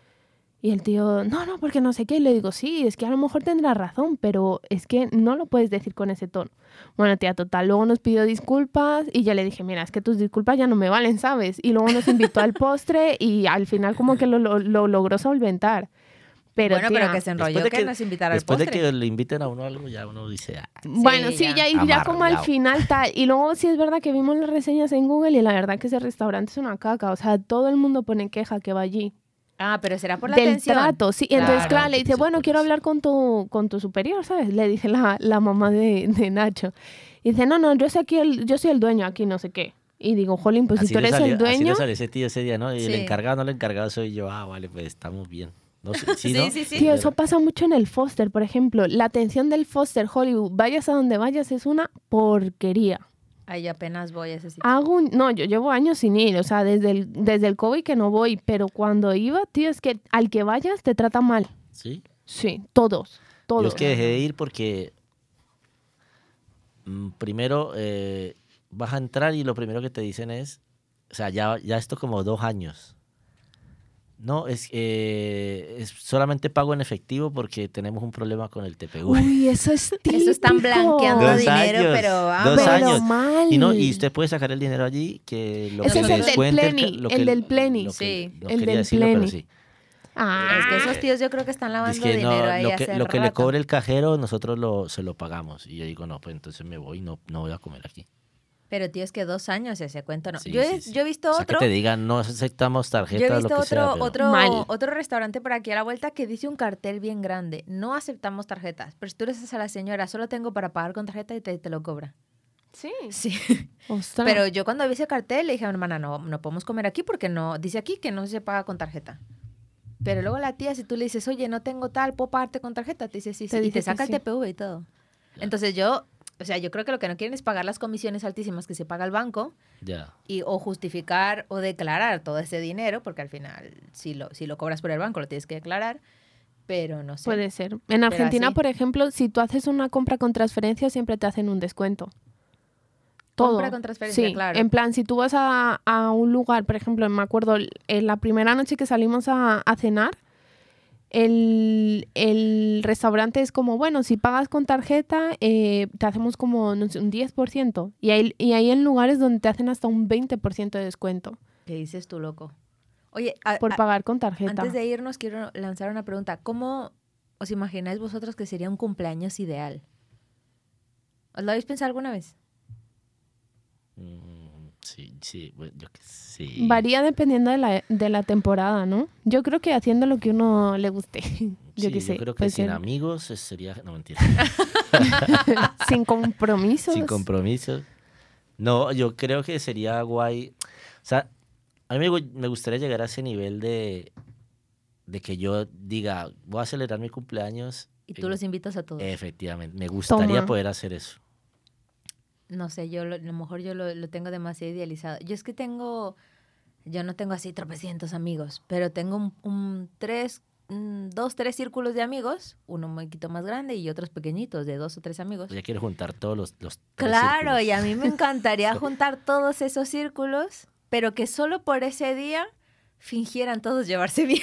Y el tío, no, porque no sé qué. Y le digo, sí, es que a lo mejor tendrás razón, pero es que no lo puedes decir con ese tono. Bueno, tía, total, luego nos pidió disculpas y ya le dije, mira, es que tus disculpas ya no me valen, ¿sabes? Y luego nos invitó al postre y al final como que lo logró solventar. Pero, Bueno, tía, pero que se enrolló que nos invitara al después de postre. que le inviten a uno algo, ya uno dice, ah, bueno, Sí, sí, ya. ya como al Amargado. final tal. Y luego sí es verdad que vimos las reseñas en Google y la verdad que ese restaurante es una caca. O sea, todo el mundo pone queja que va allí. Ah, pero será por la Del atención. trato, sí. Entonces, Claro. claro, le dice, Sí, bueno, por quiero eso. hablar con tu superior, ¿sabes? Le dice la mamá de Nacho. Y dice, no, yo soy el dueño aquí, no sé qué. Y digo, jolín, pues si así tú le eres salió, el así dueño... le salió ese tío ese día, ¿no? Y el Sí. encargado, no el encargado soy yo. Ah, vale, pues estamos bien. No sé, Sí, ¿no? sí, sí. Tío, eso pasa mucho en el Foster, por ejemplo. La atención del Foster Hollywood, vayas a donde vayas, es una porquería. Ay, apenas voy a ese sitio. No, yo llevo años sin ir, o sea, desde el COVID que no voy, pero cuando iba, tío, es que al que vayas te trata mal. Sí. Sí, todos. Yo es que dejé de ir porque primero vas a entrar y lo primero que te dicen es, o sea, ya esto como 2 años. No, es solamente pago en efectivo porque tenemos un problema con el TPV. Uy, eso es típico. Eso están blanqueando 2 dinero, años, pero 2 vamos. Pero años. mal. Y usted puede sacar el dinero allí, que lo Ese que es le el del descuente Pleni, lo el que- del Pleni. lo que- Sí, no el quería del decirlo, pero Pleni. sí. Ah, Es que esos tíos yo creo que están lavando Dice que dinero ahí lo hace que le rato. cobre el cajero, nosotros se lo pagamos. Y yo digo, no, pues entonces me voy, no voy a comer aquí. Pero tío, es que 2 años ese cuento no. Sí, yo, sí, sí. yo he visto O sea, otro. que te digan, no aceptamos Yo he tarjeta, visto lo que sea. pero- Mal. otro restaurante por aquí a la vuelta que dice un cartel bien grande. No aceptamos tarjetas. Pero si tú le dices a la señora, solo tengo para pagar con tarjeta y te lo cobra. sí. Sí. Ostras. Pero yo cuando vi ese cartel le dije a mi hermana, no podemos comer aquí porque no, dice aquí que no se paga con tarjeta. Pero luego la tía, si tú le dices, oye, no tengo tal, ¿puedo pagarte con tarjeta? Te dice sí, Te sí. Y dice te que saca sí. el TPV y todo. Entonces yo creo que lo que no quieren es pagar las comisiones altísimas que se paga el banco Ya. o justificar o declarar todo ese dinero, porque al final, si lo cobras por el banco, lo tienes que declarar. pero no sé. Puede ser. En Argentina, así. por ejemplo, si tú haces una compra con transferencia, siempre te hacen un descuento. Todo. Compra con transferencia, Sí, claro. en plan, si tú vas a un lugar, por ejemplo, me acuerdo, en la primera noche que salimos a cenar, el restaurante es como, bueno, si pagas con tarjeta, te hacemos como no sé, un 10%. Y hay en lugares donde te hacen hasta un 20% de descuento ¿Qué dices tú, loco? Oye, por pagar con tarjeta. antes de irnos quiero lanzar una pregunta. ¿Cómo os imagináis vosotros que sería un cumpleaños ideal? ¿Os lo habéis pensado alguna vez? Sí, bueno, yo que sí. Varía dependiendo de la temporada, ¿no? Yo creo que haciendo lo que uno le guste. Yo Sí, qué sé. yo creo que puede sin ser amigos sería... No, mentira. sin compromisos. Sin compromisos. No, yo creo que sería guay. O sea, a mí me gustaría llegar a ese nivel de que yo diga, voy a celebrar mi cumpleaños. Y tú los invitas a todos. Efectivamente, me gustaría Toma. poder hacer eso. No sé, a lo mejor yo lo tengo demasiado idealizado. Yo es que yo no tengo así tropecientos amigos, pero tengo dos, tres círculos de amigos, uno un poquito más grande y otros pequeñitos, de 2 o 3 amigos. Ya quiero juntar todos los tres Claro, círculos. y a mí me encantaría juntar todos esos círculos, pero que solo por ese día fingieran todos llevarse bien.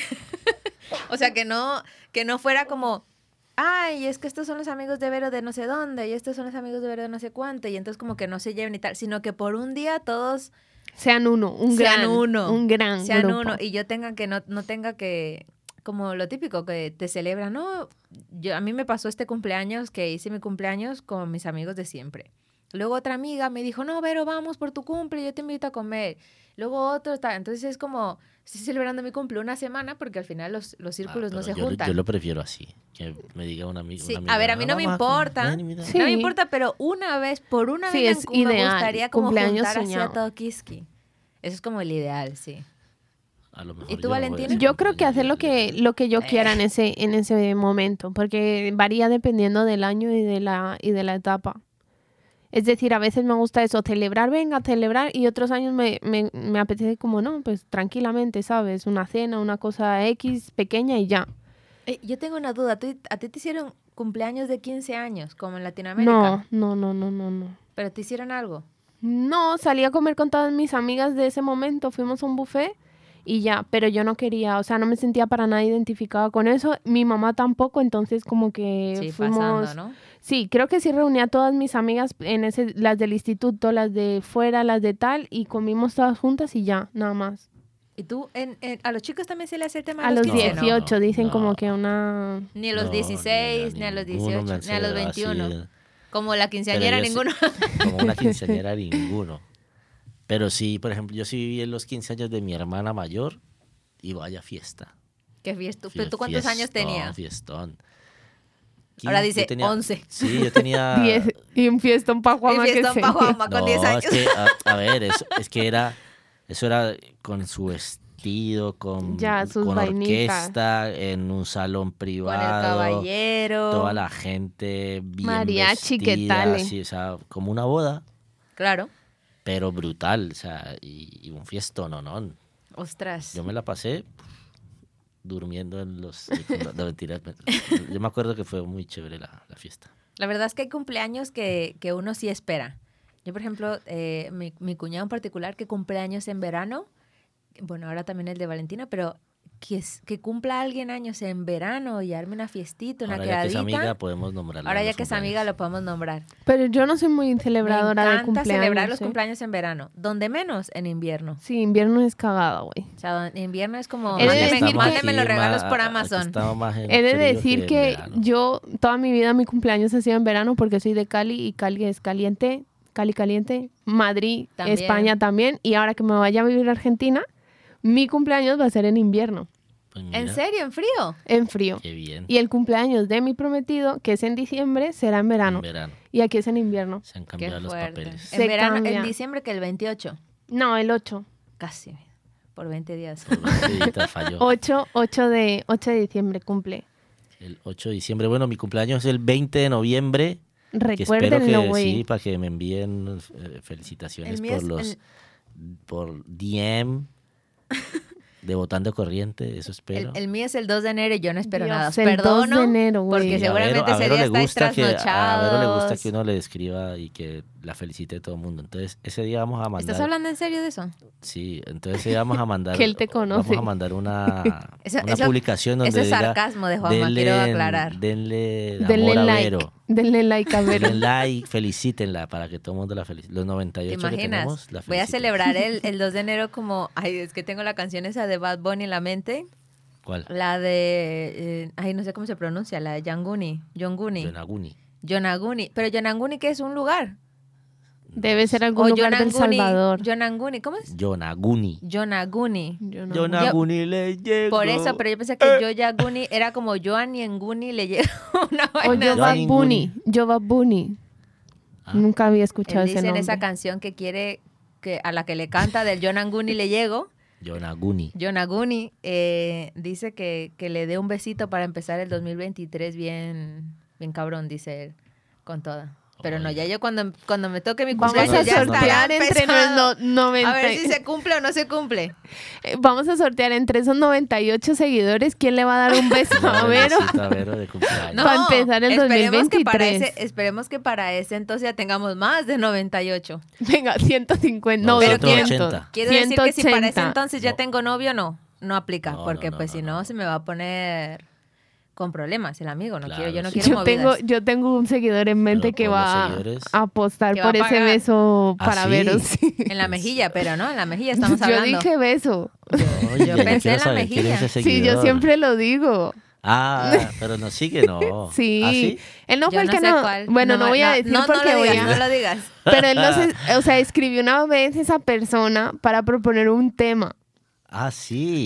O sea, que no fuera como, ay, es que estos son los amigos de Vero de no sé dónde, y estos son los amigos de Vero de no sé cuánto, y entonces como que no se lleven y tal, sino que por un día todos Sean uno, un gran sean grupo. uno, y yo no tenga que, como lo típico, que te celebran, ¿no? A mí me pasó este cumpleaños, que hice mi cumpleaños con mis amigos de siempre. Luego otra amiga me dijo, no, Vero, vamos por tu cumple, yo te invito a comer. Luego otro, entonces es como, estoy celebrando mi cumple una semana porque al final los círculos no se juntan. Yo lo prefiero así, que me diga un amigo. Sí, una amiga, a ver, a mí no me vamos importa. ven, mira. Sí. No me importa, pero por una Sí, vez es me ideal, gustaría como cumpleaños juntar así a soñado. todo Kiski. Eso es como el ideal, sí. A lo mejor ¿Y tú, yo no voy a Valentina? hacer Yo creo que cumpleaños, hacer lo que yo quiera en ese momento, porque varía dependiendo del año y de la etapa. Es decir, a veces me gusta eso, celebrar, venga, celebrar, y otros años me apetece como, no, pues tranquilamente, ¿sabes? Una cena, una cosa X pequeña y ya. Yo tengo una duda. ¿A ti te hicieron cumpleaños de 15 años, como en Latinoamérica? No. ¿Pero te hicieron algo? No, salí a comer con todas mis amigas de ese momento, fuimos a un buffet y ya, pero yo no quería, o sea, no me sentía para nada identificada con eso, mi mamá tampoco, entonces como que Sí, fuimos... pasando, ¿no? Sí, creo que sí reuní a todas mis amigas, las del instituto, las de fuera, las de tal, y comimos todas juntas y ya, nada más. ¿Y tú, a los chicos también se le hace el tema A de los los 15, no? 18 dicen no. como que una... Ni a los No, 16, ni a los ninguno 18, me han ni a los celebrado 21. así. Como la quinceañera, Pero yo sí- ninguno. Como una quinceañera, ninguno. Pero sí, por ejemplo, yo sí viví en los 15 años de mi hermana mayor y vaya fiesta. Qué fiesta. ¿Pero tú cuántos años tenías? Fiestón. Ahora Yo dice tenía- 11. Sí, yo tenía... 10 y un fiestón pa' Juanma Y que fiestón se... pa' Juanma con 10 años. Es que, a ver, es que eso era con su vestido, con, Ya, sus con vainitas. orquesta, en un salón Con privado. el caballero. Toda la gente bien Mariachi, vestida, ¿qué tal? así, o sea, como una boda, Claro. pero brutal, o sea, y un fiestón, no. Ostras. Yo me la pasé durmiendo en los... No, mentira, yo me acuerdo que fue muy chévere la fiesta. La verdad es que hay cumpleaños que uno sí espera. Yo, por ejemplo, mi cuñado en particular, que cumple años en verano, bueno, ahora también el de Valentina, pero que cumpla alguien años en verano y arme una fiestita, una Ahora ya que es quedadita. amiga podemos nombrarla. Ahora en ya los que es amiga cumpleaños. lo podemos nombrar. Pero yo no soy muy celebradora Me de encanta cumpleaños. celebrar los ¿eh? cumpleaños en verano. Donde menos, en invierno. Sí, invierno es cagada, güey. O sea, en invierno es como, He de Aquí decir estamos que- mándenme los aquí regalos más- por aquí Amazon. estamos más en He de frío decir en que verano. yo toda mi vida mi cumpleaños ha sido en verano porque soy de Cali y Cali es caliente, Cali caliente, Madrid, También. España también, y ahora que me vaya a vivir a Argentina, mi cumpleaños va a ser en invierno, Pues ¿En mira, serio? ¿En frío? en frío. Qué bien. Y el cumpleaños de mi prometido, que es en diciembre, será en verano. En verano. Y aquí es en invierno. Se han Qué cambiado los fuerte. papeles. En Se verano, cambia. en diciembre que el 28. No, el 8. Casi. Por 20 días. Ahorita falló. 8 de diciembre cumple. El 8 de diciembre. Bueno, mi cumpleaños es el 20 de noviembre. Que espero Recuérdenlo, que güey. sí, para que me envíen felicitaciones El mío por es por DM de Botando Corriente, eso espero. El mío es el 2 de enero y yo no espero Dios, nada. Os el 2 perdono de enero, güey. porque Y seguramente a ese Vero día le estáis gusta que, a Vero le trasnochados. gusta que uno le escriba y que la felicite a todo el mundo. Entonces, ese día vamos a mandar... ¿Estás hablando en serio de eso? Sí, entonces ese día vamos a mandar... Que él te conoce. Vamos a mandar una Eso- publicación donde Eso es diga, sarcasmo de Juanma, quiero aclarar. Denle Denle amor a like. Vero. Denle like a Vero. Denle like, felicítenla para que todo el mundo la felicite. Los ¿Te 98 que imaginas? tenemos, la Voy a feliciten. celebrar el 2 de enero como... Ay, es que tengo la canción esa de Bad Bunny en la mente. ¿Cuál? La de... ay, no sé cómo se pronuncia. La de Yonguni. Yonaguni. Yonaguni. Pero Yonaguni, ¿qué es un lugar? Debe ser algún lugar del Salvador. Yonaguni, ¿cómo es? Yonaguni. Yonaguni. Yo no- Yonaguni le llegó. Por eso, pero yo pensé que Yoyaguni era como Joan y Enguni le llegó una O vaina. Yoba Joan Bunny. Yoba Bunny. Ah. Nunca había escuchado Él ese dice en nombre. esa canción que quiere, que a la que le canta del Yonaguni le llego. Yonaguni. Yonaguni dice que le dé un besito para empezar el 2023 bien cabrón, dice él, con toda. Pero no, ya yo cuando me toque mi Vamos cumpleaños a ya estará sortear entre empezado. los 90. A ver si se cumple o no se cumple. Vamos a sortear entre esos 98 seguidores quién le va a dar un beso a Vero. Besito a Vero de cumpleaños. No, Para empezar el esperemos que para ese entonces ya tengamos más de 98. Venga, 150. No, Pero 200. Quiero decir que si para ese 180. entonces ya No. tengo novio, no aplica, No, porque no, pues no, si no se me va a poner con problemas el amigo. No Claro, quiero, yo no sí. quiero movidas. Yo tengo un seguidor en mente Pero que por los va seguidores. a apostar Que va por a ese pagar. beso ¿Ah, para sí? Vero. Sí. En la mejilla, pero no, en la mejilla estamos Yo hablando. dije beso. Oye, Yo ya pensé quiero en la saber quién es mejilla. ese Sí, yo seguidor. siempre lo digo. Ah, pero no sigue, no. Sí. ¿Ah, sí? Él no Yo fue el que sé no. cuál. Bueno, no voy a decir porque no lo voy digas, a. no lo digas. Pero él no se, o sea, escribió una vez esa persona para proponer un tema. Ah, sí.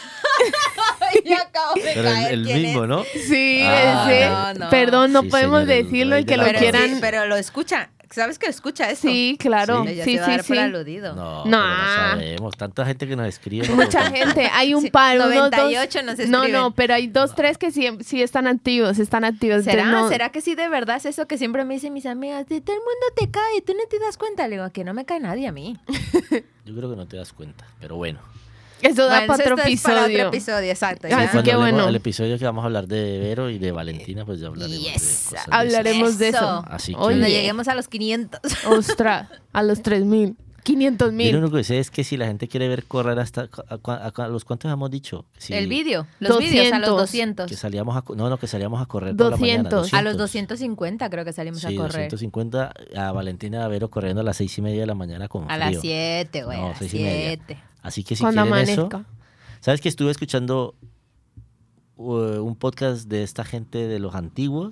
Ya acabo de pero caer. el ¿quién mismo, es? ¿no? Sí, Ah, ese. no. Perdón, no Sí, podemos señor, el decirlo y rey que de lo la Pero, quieran. sí, pero lo escucha. ¿Sabes que lo escucha esto? Sí, claro. Sí. Ya Sí, se va a sí, dar por sí. aludido. No, No. pero no sabemos. Tanta gente que nos escribe. Mucha gente, hay un Sí, par, unos 98 dos. nos No, escriben. no, pero hay 2, 3 que sí están activos. ¿Será? Entonces, no- ¿Será que sí de verdad es eso que siempre me dicen mis amigas? De todo el mundo te cae, tú no te das cuenta. Le digo, que no me cae nadie a mí. Yo creo que no te das cuenta, pero bueno. Eso da Bueno, para otro esto es para otro episodio. episodio, exacto. Así ya. Cuando que hablemos bueno. del episodio que vamos a hablar de Vero y de Valentina, pues ya hablaremos Yes. de cosas de Hablaremos de Eso. eso. Así que- Cuando Oye. lleguemos a los 500. Ostras, a los 3,000, Yo 500,000. lo único que sé es que si la gente quiere ver correr hasta... ¿A los cuántos hemos dicho? Si- El vídeo. Los vídeos a los 200. Que salíamos a... No, que salíamos a correr por la mañana. 200. A los 250 creo que salimos Sí, a correr. 250. A Valentina y a Vero corriendo a las 6:30 de la mañana con A frío. las 7, güey. No, a las 6:30. 7. Así que si Cuando quieren amanezca. eso... ¿Sabes que estuve escuchando un podcast de esta gente de los antiguos?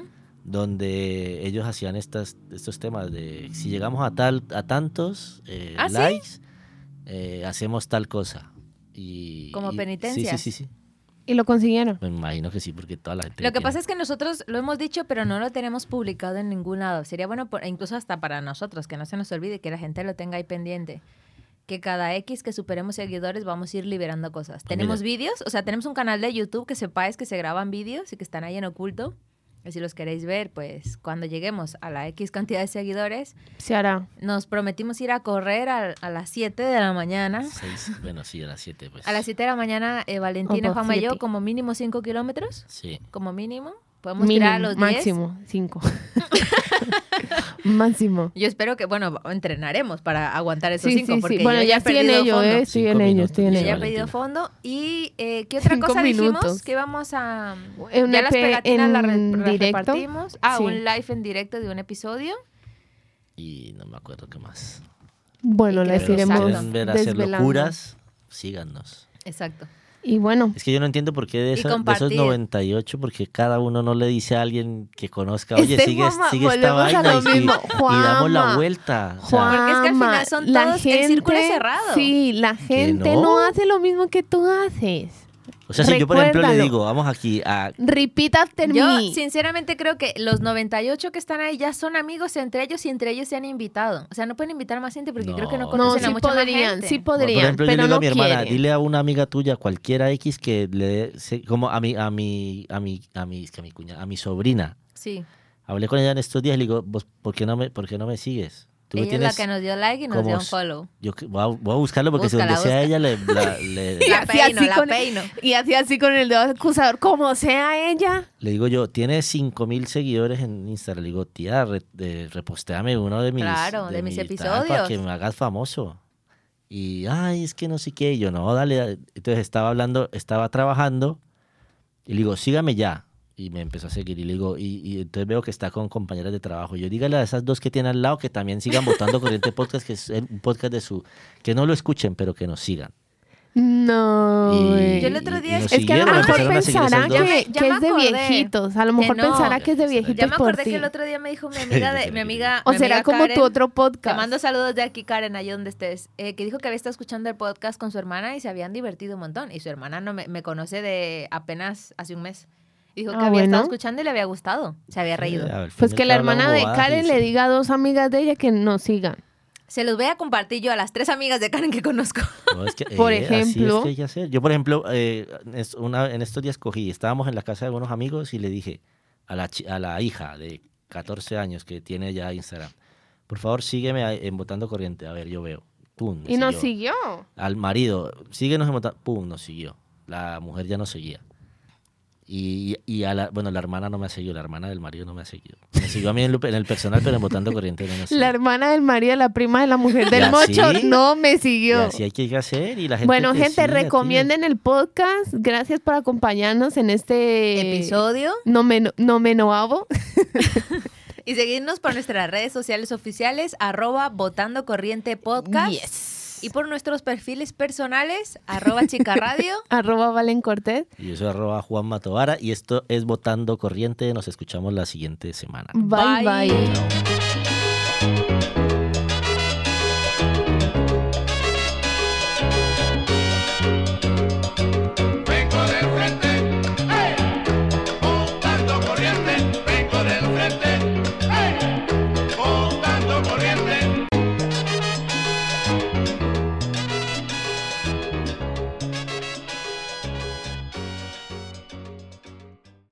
Donde ellos hacían estos temas de si llegamos a tantos ¿Ah, sí? likes, hacemos tal cosa. Como y- penitencias. Sí. Y lo consiguieron. Me imagino que sí, porque toda la gente... Lo que pasa es que nosotros lo hemos dicho, pero no lo tenemos publicado en ningún lado. Sería bueno, incluso hasta para nosotros, que no se nos olvide, que la gente lo tenga ahí pendiente. Que cada X que superemos seguidores vamos a ir liberando cosas. Pues Tenemos mira. vídeos, o sea, tenemos un canal de YouTube que sepáis que se graban vídeos y que están ahí en oculto. Y si los queréis ver, pues cuando lleguemos a la X cantidad de seguidores, Se hará. nos prometimos ir a correr a las 7 de la mañana. Bueno, sí, a las 7 pues. A las 7 de la mañana, Valentina, Ojo, Juanma y yo, 7. como mínimo 5 kilómetros. Sí. Como mínimo. Podemos tirar a los 10. máximo, 5. Máximo. Yo espero que, bueno, entrenaremos para aguantar esos Sí, 5, sí, porque sí. Bueno, yo ya he estoy en perdido ello, fondo. estoy 5 en ello, minutos, estoy en Yo dice ya he ello. Valentina. pedido fondo. ¿Y qué otra 5 cosa dijimos? minutos. Que íbamos a... Un ya las EP pegatinas las en directo. repartimos. Sí. Un live en directo de un episodio. Y no me acuerdo qué más. Bueno, Y les creo que iremos exacto. ¿Quieren ver hacer desvelando. locuras? Síganos. Exacto. Y bueno, Es que yo no entiendo por qué de esos compartir. 98, porque cada uno no le dice a alguien que conozca, oye, Este sigue Juanma, esta volvemos a vaina lo mismo. y damos la Juanma, vuelta. O sea, Porque es que al final Juanma, son la todos el círculo cerrado. Sí, la gente no? no hace lo mismo que tú haces. o sea, si yo, por ejemplo, le recuérdalo. digo, vamos aquí a... Repeat after Yo, me. sinceramente, creo que los 98 que están ahí ya son amigos entre ellos y entre ellos se han invitado. O sea, no pueden invitar más gente porque creo que no No. conocen No, a sí mucha más podrían, gente. sí Por podrían, ejemplo, yo le pero digo no a mi hermana, quieren. dile a una amiga tuya, cualquiera X, que le dé, como a mi sobrina. Sí. Hablé con ella en estos días y le digo, ¿vos por qué no me sigues? Tú me Ella es la tienes que nos dio like y nos como dio un follow. Yo voy a buscarlo porque si Búscala, donde sea busca. ella Y La así peino, la con- peino. Y así con el dedo acusador, como sea ella. le digo yo, tiene 5,000 seguidores en Instagram. Le digo, tía, repostéame uno de mis, Claro, de mis para episodios. que me hagas famoso. Y, ay, es que no sé qué. Y yo, no, dale. Entonces estaba trabajando. Y le digo, sígame ya. Y me empezó a seguir. Y le digo, y entonces veo que está con compañeras de trabajo. Yo, dígale a esas dos que tiene al lado que también sigan Botando Corriente Podcast, que es un podcast que no lo escuchen, pero que nos sigan. No, Y- güey. Yo el otro día- nos Es que a lo siguieron, mejor empezaron a seguir pensará esas dos. que, Ya que me es de acordé. viejitos. A lo mejor Que no. pensará que es de Ya viejitos Ya me por acordé ti. que el otro día me dijo mi amiga O mi será amiga como Karen, tu otro Te podcast. mando saludos de aquí, Karen, allá donde estés. Que dijo que había estado escuchando el podcast con su hermana y se habían divertido un montón. Y su hermana no me conoce de apenas hace un mes. Y dijo que Ah, había bueno. estado escuchando y le había gustado. Se había reído. Al fin Pues y que al la cabo hermana hablamos de bobadas Karen y le sí. diga a 2 amigas de ella que nos sigan. Se los voy a compartir yo a las 3 amigas de Karen que conozco. No, es que, Por así ejemplo. es que hay que hacer. Yo, por ejemplo, en estos días estábamos en la casa de algunos amigos y le dije a la hija de 14 años que tiene ya Instagram, por favor, sígueme en Botando Corriente. A ver, yo veo. Pum, me Y nos siguió. siguió. Al marido, síguenos en Botando. Pum, nos siguió. La mujer ya nos seguía. Y la hermana no me ha seguido, la hermana del marido no me ha seguido. Me siguió a mí en el personal, pero en Botando Corriente no me siguió. La hermana del marido, la prima de la mujer del ¿Y mocho, así? no me Y siguió. así hay que hacer. Y la gente Bueno, te gente, sigue a ti. recomienden el podcast. Gracias por acompañarnos en este Episodio. Nomenuavo. Y seguirnos por nuestras redes sociales oficiales, @Botando Corriente Podcast. Yes. Y por nuestros perfiles personales, @Chicaradio. @Valen Cortés. Y yo soy @Juan Matovara y esto es Botando Corriente. Nos escuchamos la siguiente semana. Bye, bye. Bye. Chao.